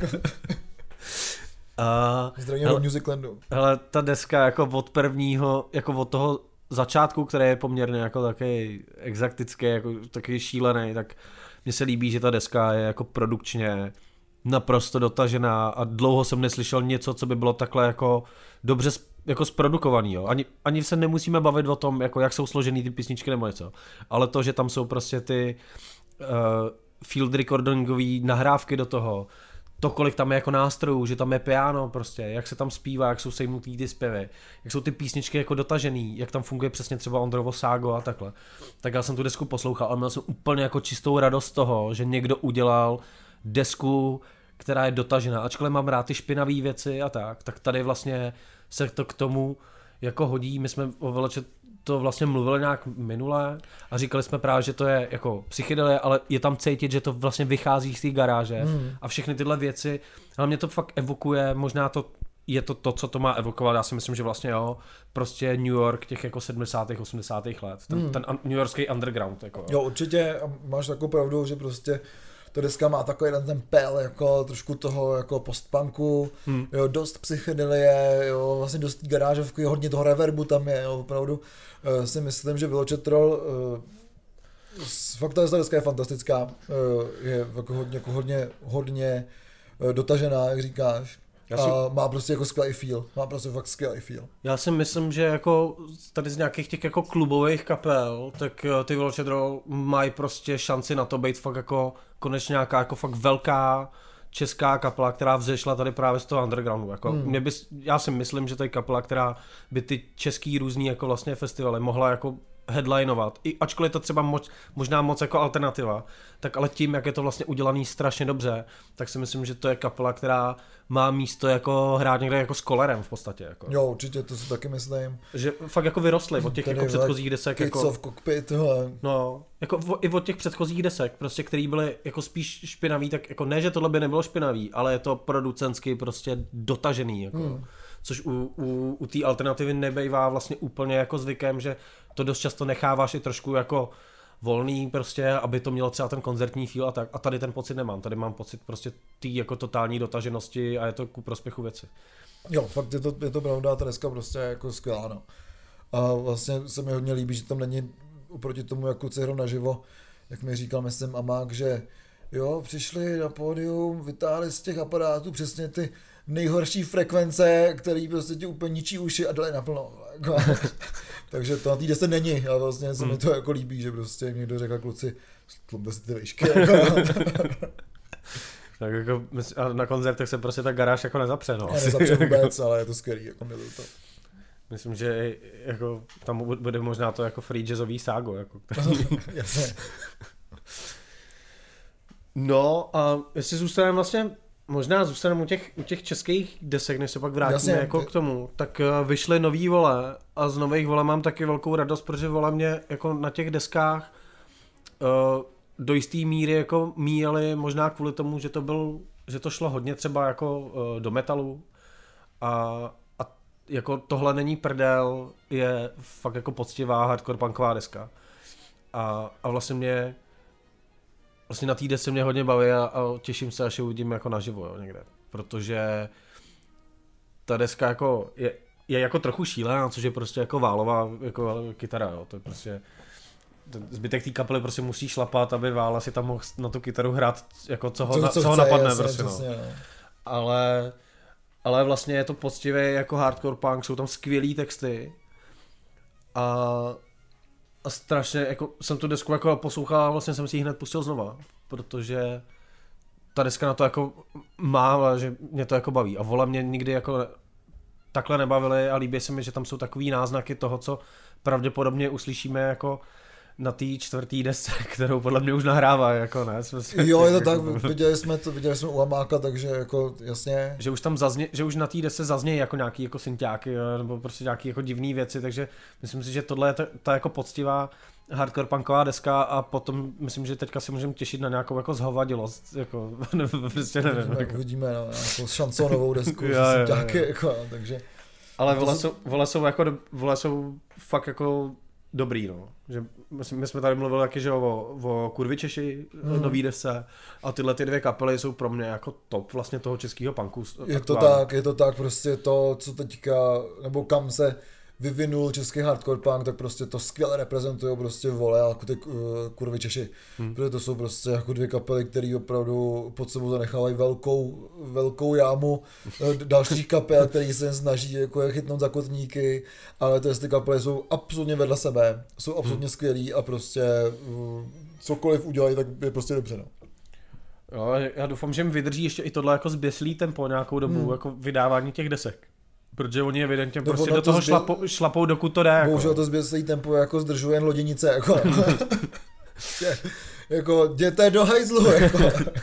A zdravím do Musiclandu. Hele, ta deska jako od prvního, jako od toho začátku, který je poměrně jako takový exaktický, jako takový šílený, tak mně se líbí, že ta deska je jako produkčně naprosto dotažená a dlouho jsem neslyšel něco, co by bylo takhle jako dobře jako zprodukovaný, jo. Ani, ani se nemusíme bavit o tom, jako jak jsou složený ty písničky nebo něco, ale to, že tam jsou prostě ty uh, field recordingové nahrávky do toho, to, kolik tam je jako nástrojů, že tam je piano prostě, jak se tam zpívá, jak jsou sejmutý ty zpěvy, jak jsou ty písničky jako dotažený, jak tam funguje přesně třeba Ondrovo ságo a takhle. Tak já jsem tu desku poslouchal a měl jsem úplně jako čistou radost z toho, že někdo udělal desku, která je dotažená, ačkoliv mám rád ty špinavé věci a tak, tak tady vlastně se to k tomu jako hodí. My jsme o Veloce to vlastně mluvili nějak minule a říkali jsme právě, že to je jako psychedelie, ale je tam cítit, že to vlastně vychází z té garáže mm. a všechny tyhle věci, ale mě to fakt evokuje, možná to je to to, co to má evokovat, já si myslím, že vlastně jo, prostě New York těch jako sedmdesátých osmdesátých let, ten, mm. ten New Yorkský underground. Jako, jo. jo, určitě máš takovou pravdu, že prostě ta deska má takový ten pel, jako trošku toho jako postpunku, hmm. jo, dost psychedelie, jo, vlastně dost garážovky, hodně toho reverbu tam je, jo, opravdu uh, si myslím, že Velocetrol, uh, fakt ta deska je fantastická, uh, je jako hodně, jako hodně, hodně uh, dotažená, jak říkáš. A má prostě jako skvělý feel, má prostě fakt skvělý feel. Já si myslím, že jako tady z nějakých těch jako klubových kapel, tak ty Velocetrol mají prostě šanci na to být fakt jako konečně nějaká jako fakt velká česká kapela, která vzešla tady právě z toho undergroundu. Jako hmm. mě by, já si myslím, že to je kapela, která by ty český různý jako vlastně festivaly mohla jako headlinovat, i ačkoliv to třeba moc, možná moc jako alternativa, tak ale tím, jak je to vlastně udělaný strašně dobře, tak si myslím, že to je kapela, která má místo jako hrát někde jako s Kolerem v podstatě. Jako. Jo, určitě, to si taky myslím. Že fakt jako vyrostli od těch Tady jako předchozích desek. Kids Jako, of Cockpit, hele. no, jako v, i od těch předchozích desek, prostě, který byly jako spíš špinavý, tak jako ne, že tohle by nebylo špinavý, ale je to producensky prostě dotažený, jako. Hmm. Což u, u, u té alternativy nebejvá vlastně úplně jako zvykem, že to dost často necháváš i trošku jako volný prostě, aby to mělo třeba ten koncertní feel a tak. A tady ten pocit nemám, tady mám pocit prostě té jako totální dotaženosti a je to ku prospěchu věci. Jo, fakt je to, je to pravda, ta deska prostě jako skvělá, no. A vlastně se mi hodně líbí, že tam není oproti tomu, jak kluci hrou naživo, jak mi říkal, myslím, Amák, že jo, přišli na pódium, vytáhli z těch aparátů přesně ty nejhorší frekvence, který prostě ti úplně ničí uši a dali naplno. Takže to na té desce není a vlastně se mi to jako líbí, že prostě někdo řekl kluci, stlumte si ty výšky. Tak jako na koncertech se prostě ta garáž jako nezapře, no. Já nezapře vůbec, ale je to skvělý, jako miluji to. Myslím, že jako tam bude možná to jako free jazzový ságo, jako který... Jasně. No a jestli zůstaneme vlastně, možná zůstaneme u těch, u těch českých desek, než se pak vrátíme Jasně, jako ty... k tomu, tak vyšly nový Vole a z nových Vole mám taky velkou radost, protože Vole mě jako na těch deskách uh, do jistý míry jako míjeli, možná kvůli tomu, že to byl, že to šlo hodně třeba jako uh, do metalu a, a jako tohle není prdel, je fakt jako poctivá hardcore punková deska a, a vlastně mě vlastně na té desce mě hodně baví a, a těším se, až je uvidím jako naživo, jo, někde, protože ta deska jako je, je jako trochu šílená, což je prostě jako válová jako kytara, jo, to je prostě zbytek té kapely prostě musí šlapat, aby Vála si tam mohl na tu kytaru hrát, jako co ho, co, co co ho napadne, jasně, prostě, no. Ale, ale vlastně je to poctivý jako hardcore punk, jsou tam skvělý texty a, a strašně, jako jsem tu desku jako poslouchal a vlastně jsem si ji hned pustil znova, protože ta deska na to jako má, že mě to jako baví a Vole mě nikdy jako takhle nebavily a líbí se mi, že tam jsou takový náznaky toho, co pravděpodobně uslyšíme jako na té čtvrtý desce, kterou podle mě už nahrává, jako ne? Jo, je to tak, viděli jsme to, viděli jsme u Amáka, takže jako jasně. Že už tam zazně, že už na té desce zaznějí jako nějaký jako synťáky, nebo prostě nějaký jako divný věci, takže myslím si, že tohle je ta, ta jako poctivá hardcore punková deska a potom myslím, že teďka si můžeme těšit na nějakou jako zhovadilost, jako prostě nevím. Uvidíme, jako. uvidíme no, nějakou šansonovou desku, jo, jo, synťáky, jo. Jako, takže. Ale vole jsou, vole jsou jako, vole jsou fakt jako dobrý, no. Že my jsme tady mluvili taky, že o, o Kurvy Češi, hmm. nový desce a tyhle ty dvě kapely jsou pro mě jako top vlastně toho českého punku. Je to tak, je to tak, prostě to, co teďka, nebo kam se vyvinul český hardcore punk, tak prostě to skvěle reprezentují prostě Vole a ty uh, Kurvy Češi. Hmm. Protože to jsou prostě jako dvě kapely, které opravdu pod sebou zanechávají velkou, velkou jámu dalších kapel, který se snaží jako je chytnout za kotníky, ale ty, ty kapely jsou absolutně vedle sebe, jsou absolutně hmm. skvělý a prostě uh, cokoliv udělají, tak je prostě dobře, no. Jo, já doufám, že jim vydrží ještě i tohle jako zběslý tempo nějakou dobu, hmm. jako vydávání těch desek. Protože oni evidentně no, prostě do toho zbě... šlapou, šlapou, dokud to jde. Jako. Bohužel to zběslý tempo jako zdržuje jen loděnice. Jako, je, jako jděte do hajzlu. Jako.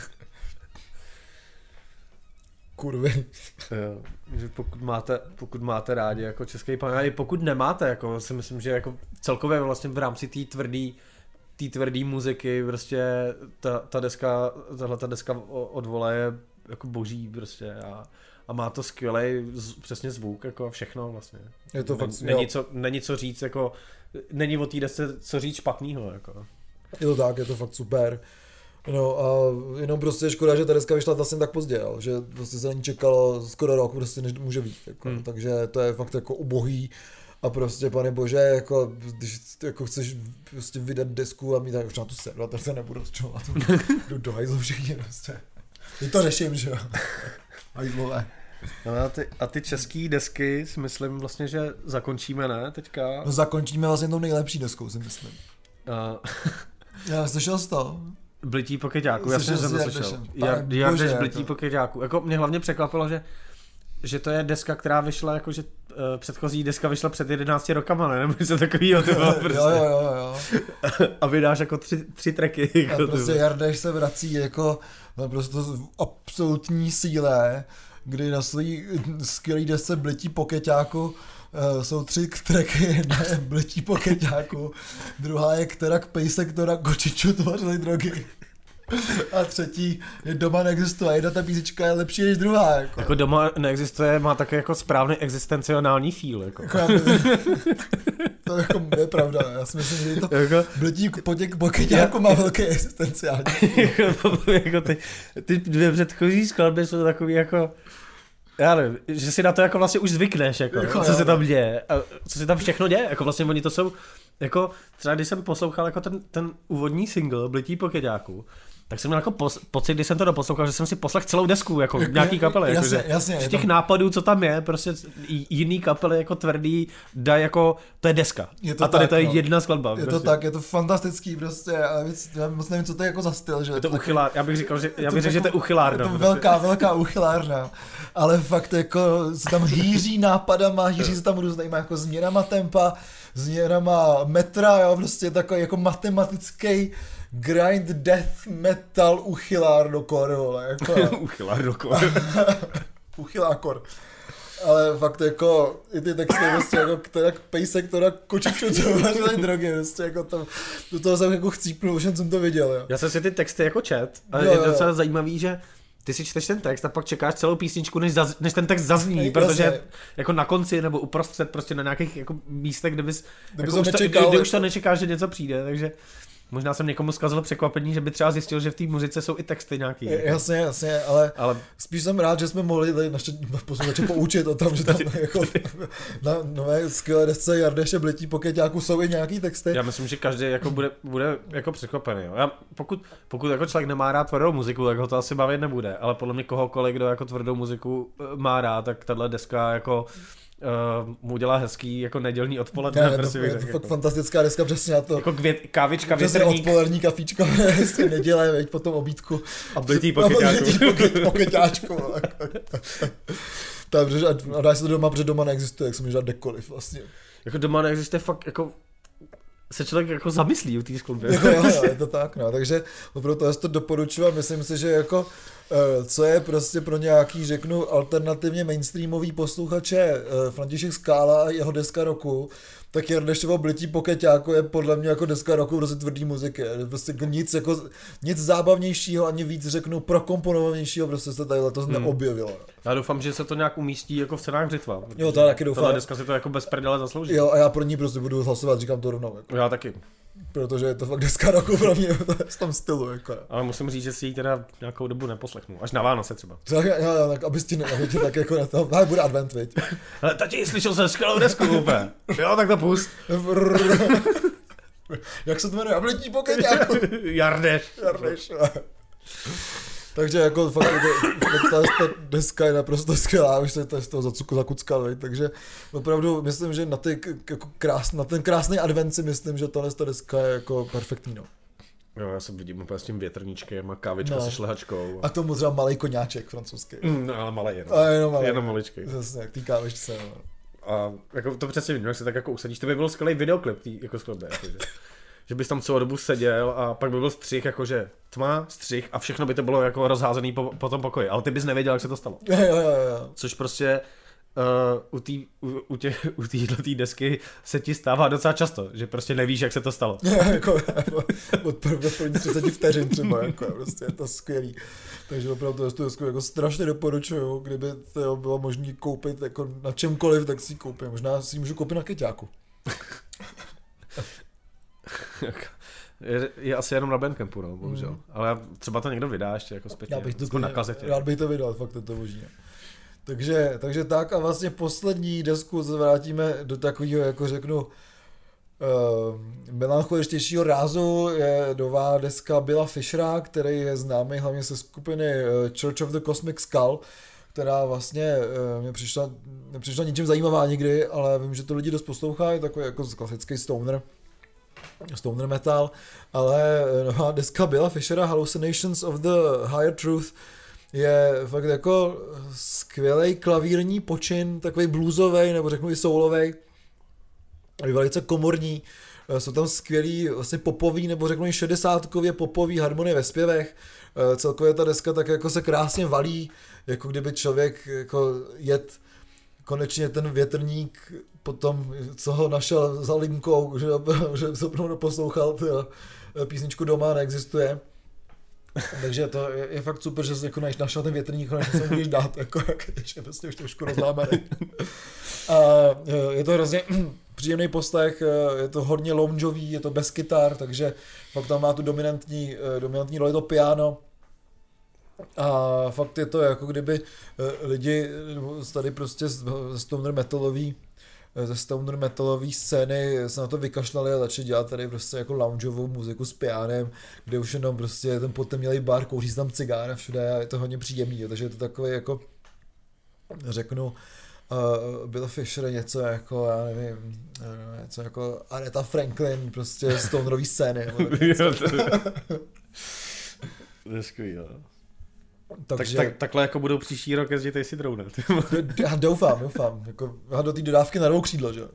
Kurvy. Jo, že pokud máte, pokud máte rádi jako český punk, a i pokud nemáte, jako si myslím, že jako celkově vlastně v rámci té tvrdý té tvrdý muziky, prostě ta, ta deska, tahle ta deska od Vole je jako boží prostě a a má to skvělej přesně zvuk, jako všechno vlastně. Je to fakt, není, co, není co říct, jako, není o té desce co říct špatnýho, jako. Je to tak, je to fakt super. No a jenom prostě je škoda, že ta deska vyšla vlastně tak pozdě, jo, že prostě se na ní čekalo skoro rok, prostě než může být, jako. Hmm. Takže to je fakt jako ubohý a prostě pane bože, jako, když jako chceš prostě vydat desku a mít tak už na tu sedla, tak se nebudu rozčovat, jdu do hajzlu všichni prostě. Teď to řeším, že jo. Hajzlové. No a ty, a ty český desky si myslím vlastně, že zakončíme, ne, teďka? No zakončíme vlastně tou nejlepší deskou, si myslím. Uh. Já slyšel z toho. Blití po keťáku, jasně, že jsem to slyšel. Jak jdeš Blití po keťáku. Jako mě hlavně překvapilo, že že to je deska, která vyšla jako, že uh, předchozí deska vyšla před jedenácti rokama, ne? Nebo něco takovýho, to bylo prostě. Jo, jo, jo, jo. A vydáš jako tři, tři tracky. Jako a prostě Jardeš se vrací jako prostě v absolutní síle, kdy na svý skvělý desce Blití pokeťáku uh, jsou tři tracky, jedna je Blití pokeťáku, druhá je Kterak pejsek, to na kočiču tvořili drogy. A třetí je Doma neexistuje. Jedna ta písnička je lepší než druhá. Jako, jako Doma neexistuje, má taky jako správný existenciální feel. Jako. Jako, to jako je pravda. Já si myslím, že to jako, Blití pokeťáku jako má velký existenciální feel. Jako ty, ty dvě předchozí skladby jsou takový jako... Já nevím, že si na to jako vlastně už zvykneš, jako, jako co jo. se tam děje, a co se tam všechno děje, jako vlastně oni to jsou, jako třeba když jsem poslouchal jako ten, ten úvodní single Blití pokeťáku, tak jsem měl jako pos, pocit, když jsem to doposlouchal, že jsem si poslech celou desku, jako nějaký kapely, jasně, jako, že, jasně, z těch to... nápadů, co tam je, prostě jiný kapely jako tvrdý, dá jako, to je deska. Je to a tady tak, to je no. jedna skladba. Je prostě. to tak, je to fantastický prostě, ale já moc nevím, co to je jako za styl, že? Je to uchylár, já bych říkal, že, já bych řekl, že to je uchylárna. Je to prostě. velká, velká uchylárna, ale fakt jako se tam hýří nápadama, hýří se tam různýma jako změnama tempa, změnama metra, jo, prostě takový jako matematický grind death metal uchylár do kor, vole, jako. Uchylár do kor. Uchylákor. Ale fakt jako, i ty texty prostě jako, která pejsek, to na kočiču, co vařili drogy, prostě jako to, do toho jsem jako chcípnul, už jsem to viděl, jo. Já jsem si ty texty jako čet, ale jo, je docela jo. zajímavý, že ty si čteš ten text a pak čekáš celou písničku, než, zaz, než ten text zazní, Ej, protože jasně. jako na konci nebo uprostřed prostě na nějakých jako místech, kde bys, Kdyby jako už, to, kdy, kdy už to nečekáš, že něco přijde, takže možná jsem někomu zkazil překvapení, že by třeba zjistil, že v té muzice jsou i texty nějaký. Jasně, jasně, ale, ale spíš jsem rád, že jsme mohli naše posluchače poučit o tom, že tam jako na nové skvělé desce Jardeše Blití pokeťáku jsou i nějaký texty. Já myslím, že každý jako bude, bude jako překvapený. Jo. Já, pokud, pokud jako člověk nemá rád tvrdou muziku, tak ho to asi bavit nebude, ale podle mě kohokoliv, kdo jako tvrdou muziku má rád, tak tahle deska jako Uh, mu dělá hezký jako nedělní odpoledne. Ne, to, je to fakt jako fantastická deska, přesně na to. Jako květ, kávička, přesně větrník. Odpolední kafíčka, hezky nedělej, veď potom obídku. A blitý pokeťáčku. pokeťáčku. A dáš se to doma, protože doma neexistuje, jak se může dát kdekoliv vlastně. Jako doma neexistuje fakt jako se člověk jako zamyslí u té skladby. Jo, jo, je to tak, no, takže opravdu to, to doporučuji a myslím si, že jako co je prostě pro nějaký, řeknu, alternativně mainstreamový posluchače František Skála a jeho deska roku, tak Jardešovo Blití pokeťáku je podle mě jako deska roku prostě tvrdý muziky. Prostě nic, jako, nic zábavnějšího, ani víc řeknu prokomponovanějšího, prostě se tady letos hmm. neobjevilo. Já doufám, že se to nějak umístí jako v cenách Břitva. Jo, to taky doufám. Tato deska si to jako bez prdele zaslouží. Jo, a já pro ní prostě budu hlasovat, říkám to rovnou. Jako. Já taky. Protože je to fakt deska roku pro mě, to je v tom stylu. Jako. Ale musím říct, že si ji teda nějakou dobu neposlechnu. Až na Vánoce třeba. Tak, jo, jo, tak abys ti ne, aby ti tak jako na to, ale bude advent, viď. Ale tati, slyšel jsem skvělou desku úplně. Jo, tak to pust. Jak se to jmenuje? Blití pokeťáku. Jardeš. Jardeš. Takže jako fakt, fakt ta, ta deska je naprosto skvělá, už se to z toho zakuckal, takže opravdu myslím, že na, ty, jako krás, na ten krásný advent si myslím, že tahle ta deska je jako perfektní, no. Jo, já se vidím úplně s tím větrníčkem a kávička no. se šlehačkou. A k tomu třeba malej koňáček francouzský. Mm, no, ale malej jenom. A jenom malej. Jenom maličkej. Zase, jak tý kávičce, no. A jako to přesně vidím, jak se tak jako usadíš, to by byl skvělý videoklip tý, jako skladby, jakože. Že bys tam celou dobu seděl a pak by byl střih, jakože tma, střih a všechno by to bylo jako rozházený po, po tom pokoji, ale ty bys nevěděl, jak se to stalo. Jo, jo, jo. Což prostě uh, u té u, u tě, u téhletý desky se ti stává docela často, že prostě nevíš, jak se to stalo. jako, od první třicet vteřin třeba, jako, prostě je to skvělý. Takže opravdu tu desku jako strašně doporučuju, kdyby to bylo možné koupit jako na čemkoliv, tak si ji koupím. Možná si ji můžu koupit na Keťáku. Je, je asi jenom na Bandcampu, no, bohužel. Mm. Ale třeba to někdo vydá ještě jako zpětně, já bych to jako na kazetě. Rád bych to vydal, fakt je to možné. Takže, takže tak a vlastně poslední desku se vrátíme do takového, jako řeknu, uh, melancholičtějšího rázu, je nová deska Billa Fishera, který je známý hlavně ze skupiny Church of the Cosmic Skull, která vlastně uh, mě přišla, nepřišla ničím zajímavá nikdy, ale vím, že to lidi dost poslouchají, je takový jako klasický stoner. Stoner metal, ale nová deska Billa Fishera Hallucinations of the Higher Truth je fakt jako skvělej klavírní počin, takový bluesový, nebo řeknu i soulový, velice komorní. Jsou tam skvělý vlastně popový, nebo řeknu i šedesátkově popový harmonie ve zpěvech. Celkově ta deska tak jako se krásně valí, jako kdyby člověk jako jet konečně ten větrník potom, co ho našel za linkou, že, že se opravdu poslouchal písničku Doma neexistuje. Takže to je, je fakt super, že jsi jako našel ten větrník, konečně se můžeš dát, jako, když je vlastně už trošku rozlámaný. A je to hrozně příjemný poslech, je to hodně loungeový, je to bez kytar, takže fakt tam má tu dominantní, dominantní roli to piano. A fakt je to jako kdyby lidi tady prostě ze stoner metalový ze stoner metalový scény se na to vykašlali a začali dělat tady prostě jako loungeovou muziku s pianem, kde už jenom prostě ten potemnělej bar, kouří tam cigára všude a je to hodně příjemný, takže je to takový jako řeknu Uh, Bill Fisher něco jako, já nevím, něco jako Aretha Franklin, prostě stonerový scény. To je skvělý, jo. Takže... Tak, tak, takhle jako budou příští rok jezdit Acid Road. Já doufám, doufám. Jako, já do té dodávky na dvou křídlo, že jo?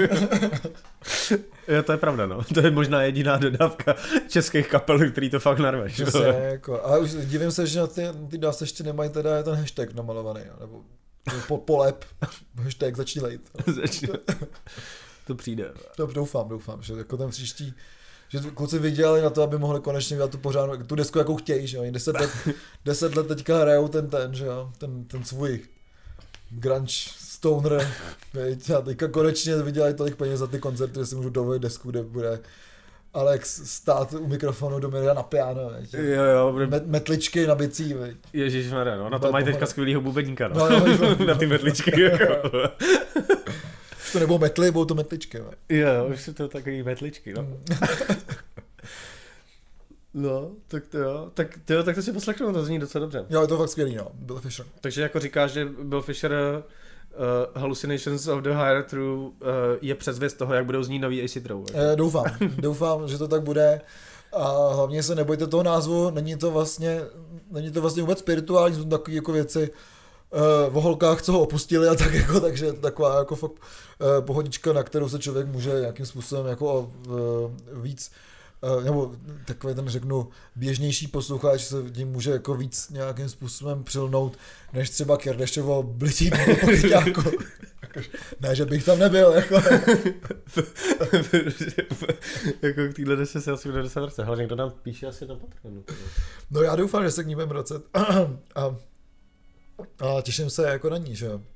Jo, to je pravda, no. To je možná jediná dodávka českých kapel, který to fakt narveš. Přesně, jako. A už divím se, že na ty, ty dávce ještě nemají teda ten hashtag namalovaný, nebo po, polep, hashtag začni lejt. To přijde. To doufám, doufám, že jako ten příští, že kluci vydělali na to, aby mohli konečně dělat tu pořádnou, tu desku, jakou chtějí, že jo, deset let, deset let teďka hrajou ten ten, že jo, ten, ten svůj grunge stoner, veď, a teďka konečně vydělají tolik peněz za ty koncerty, že si můžu dovolit desku, kde bude Alex stát u mikrofonu, Domira na piano, veď, jo, jo, bude... Met, metličky na bicí, veď. Ježišmarja, no, na to mají teďka skvělýho bubeníka, no, no, no, no na ty metličky, Už to nebudou metly, budou to metličky, veď. Jo, už jsou to takový metličky, no. No, tak to jo, tak to, jo, tak to si poslechnu, to zní docela dobře. Jo, je to fakt skvělý, no, Bill Fisher. Takže jako říkáš, že Bill Fisher uh, Hallucinations of the Higher True uh, je předzvěst toho, jak budou znít nový Acid Road. E, doufám, doufám, že to tak bude. A hlavně se nebojte toho názvu, není to vlastně, není to vlastně vůbec spirituální, jsou to takové jako věci uh, o holkách, co ho opustili a tak jako, takže je to taková jako fakt uh, pohodička, na kterou se člověk může nějakým způsobem jako uh, víc nebo takový ten, řeknu, běžnější posluchač se tím může jako víc nějakým způsobem přilnout, než třeba Kardashevo blití po pokyťáku. Ne, že bych tam nebyl, jako. Jako k týhle desce se asi bude dosa vrce. Hlavně někdo nám píše asi na Patreonu. No já doufám, že se k ní budeme vracet. A, a těším se jako na ní, že jo.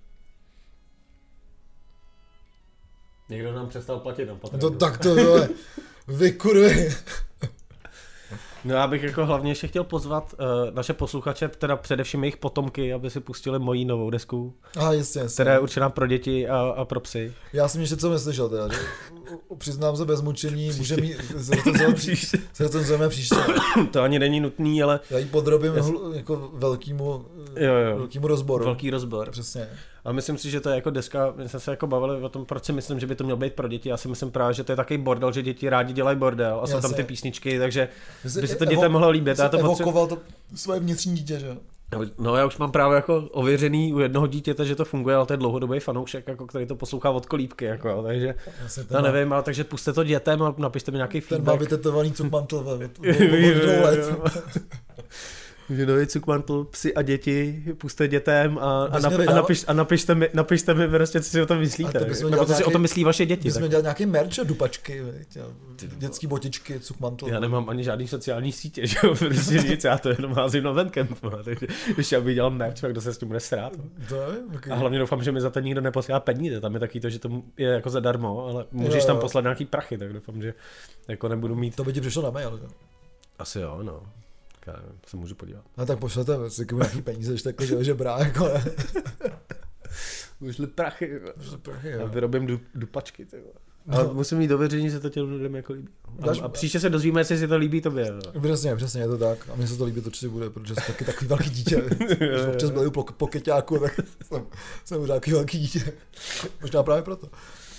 Někdo nám přestal platit na Patreonu. To tak to je. Vy kurvy. No já bych jako hlavně ještě chtěl pozvat uh, naše posluchače, teda především jejich potomky, aby si pustili moji novou desku. Aha, jasně, jasně. Která je určená pro děti a, a pro psy. Já jsem ještě co neslyšel teda, že přiznám se bez mučení, může mít, se recenzujeme příště. To ani není nutný, ale... Já ji podrobím Jas... jako velkýmu, jo, jo. velkýmu rozboru. Velký rozbor. Přesně. A myslím si, že to je jako deska, my jsme se jako bavili o tom, proč si myslím, že by to mělo být pro děti. Já si myslím právě, že to je takový bordel, že děti rádi dělají bordel a jsou tam ty písničky, takže by se to dětem mohlo líbit. Já to evokoval to svoje vnitřní dítě, že? No já už mám právě jako ověřený u jednoho dítěte, že to funguje, ale to je dlouhodobý fanoušek, jako, který to poslouchá od kolíbky, jako, takže já nevím, ale takže puste to dětem a napište mi nějaký feedback. Ten má vytetovaný cukmantl od dvou let. Že nový cukmantl, psy a děti, puste dětem a, a, nap, a, napiš, a napište, mi, napište mi prostě, co si o tom myslíte. Nebo co nějaký, si o tom myslí vaše děti. My jsme dělali nějaký merch a dupačky, veď, dětský botičky, cukmantl. Já nemám ani žádný sociální sítě, že jo, prostě nic, já to jenom házím na Bandcamp, takže když já bych dělal merch, tak kdo se s tím bude srát. Okay. A hlavně doufám, že mi za to nikdo neposílá peníze, tam je taky to, že to je jako zadarmo, ale můžeš jo, tam poslat nějaký prachy, tak doufám, že jako nebudu mít. To by ti přišlo na mail, že? Asi jo, no. Já se můžu podívat. No tak pošlete si nějaký peníze, že takhle, že, že brá, jako ne. Vyšli prachy, Vyšli prachy, jo. A vyrobím du, dupačky, ty vole. Ale no. Musím mít dověření, že to těm lidem jako líbí. A, Daž... a příště se dozvíme, jestli si to líbí tobě. No. Přesně, přesně, je to tak. A mně se to líbí, to určitě bude, protože jsem taky takový velký dítě. Když občas byl u pokeťáku, tak jsem, jsem už takový velký dítě. Možná právě proto.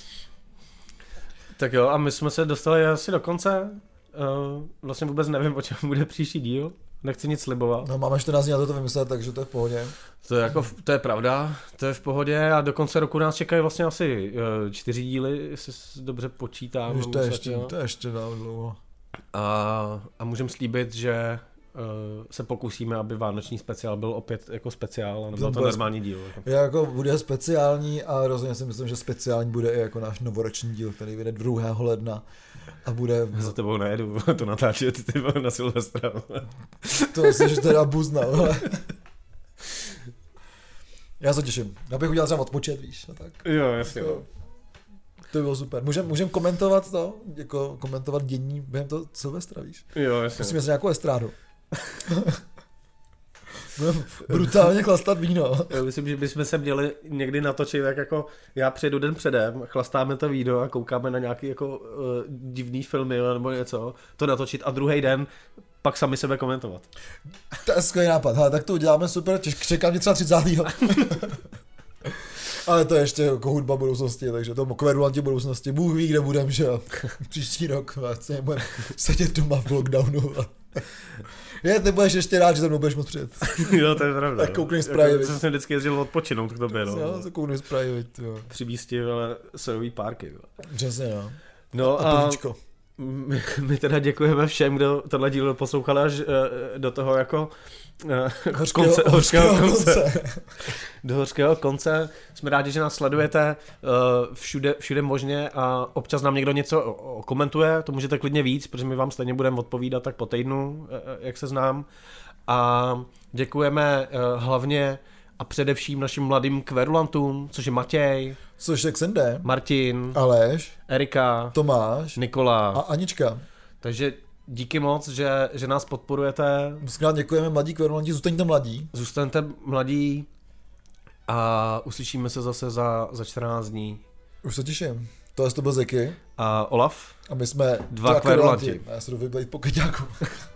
Tak jo, a my jsme se dostali asi do konce. Uh, vlastně vůbec nevím, o čem bude příští díl. nechci nic slibovat. No máme čtrnáct dní na to, to vymyslet, takže to je v pohodě. To je, jako, to je pravda, to je v pohodě a do konce roku nás čekají vlastně asi uh, čtyři díly, jestli dobře počítám. Víš, to, je ještě, to je ještě dlouho. A, a můžem slíbit, že uh, se pokusíme, aby vánoční speciál byl opět jako speciál a nebyl to, to normální díl. Jako. jako bude speciální a rozhodně si myslím, že speciální bude i jako náš novoroční díl, který vyjde druhého ledna. A bude... Za tebou nejedu to natáčet, ty vole, na Silvestra. To jsi teda buznal, ale... Já se těším. Já bych udělal třeba odpočet, víš, a tak. Jo, jasně. To, to by bylo super. Můžem, můžem komentovat to, jako komentovat dění během toho Silvestra, víš. Jo, jasně. Musíme se nějakou estrádu. Brutálně chlastat víno. Já myslím, že bychom se měli někdy natočit, tak jako já přijedu den předem, chlastáme to víno a koukáme na nějaký jako uh, divný filmy nebo něco, to natočit a druhý den pak sami sebe komentovat. To je skvělý nápad, hele, tak to uděláme super, čekám mě třeba třicátého Ale to je ještě jako hudba budoucnosti, takže to kverulanti budoucnosti, Bůh ví, kde budem, že jo. Příští rok vlastně budeme sedět doma v lockdownu. Je, ty budeš ještě rád, že tam budeš moc přijet. Jo, to je pravda. Tak koukneš z Prahy. Jako, jsem vždycky jezdil odpočinout k tobě, no. Jo, to koukneš z Prahy, jo. Při místě, ale sojový párky, jo. Přesně, no. No a, a my, my teda děkujeme všem, kdo tohle díl poslouchal až uh, do toho jako uh, hořkého, konce, hořkého konce. konce. Do hořkého konce. Jsme rádi, že nás sledujete uh, všude, všude možně a občas nám někdo něco komentuje, to můžete klidně víc, protože my vám stejně budeme odpovídat tak po týdnu, uh, jak se znám. A děkujeme uh, hlavně a především našim mladým kverulantům, což je Matěj, což je Xende, Martin, Aleš, Erika, Tomáš, Nikola a Anička. Takže díky moc, že, že nás podporujete. Dneska děkujeme mladí kverulanti, zůstaňte mladí. Zůstaňte mladí a uslyšíme se zase za, za čtrnáct dní. Už se těším. To je to byl Zeky. A Olaf. A my jsme dva kverulanti. A já se jdu vybejt po keďáku.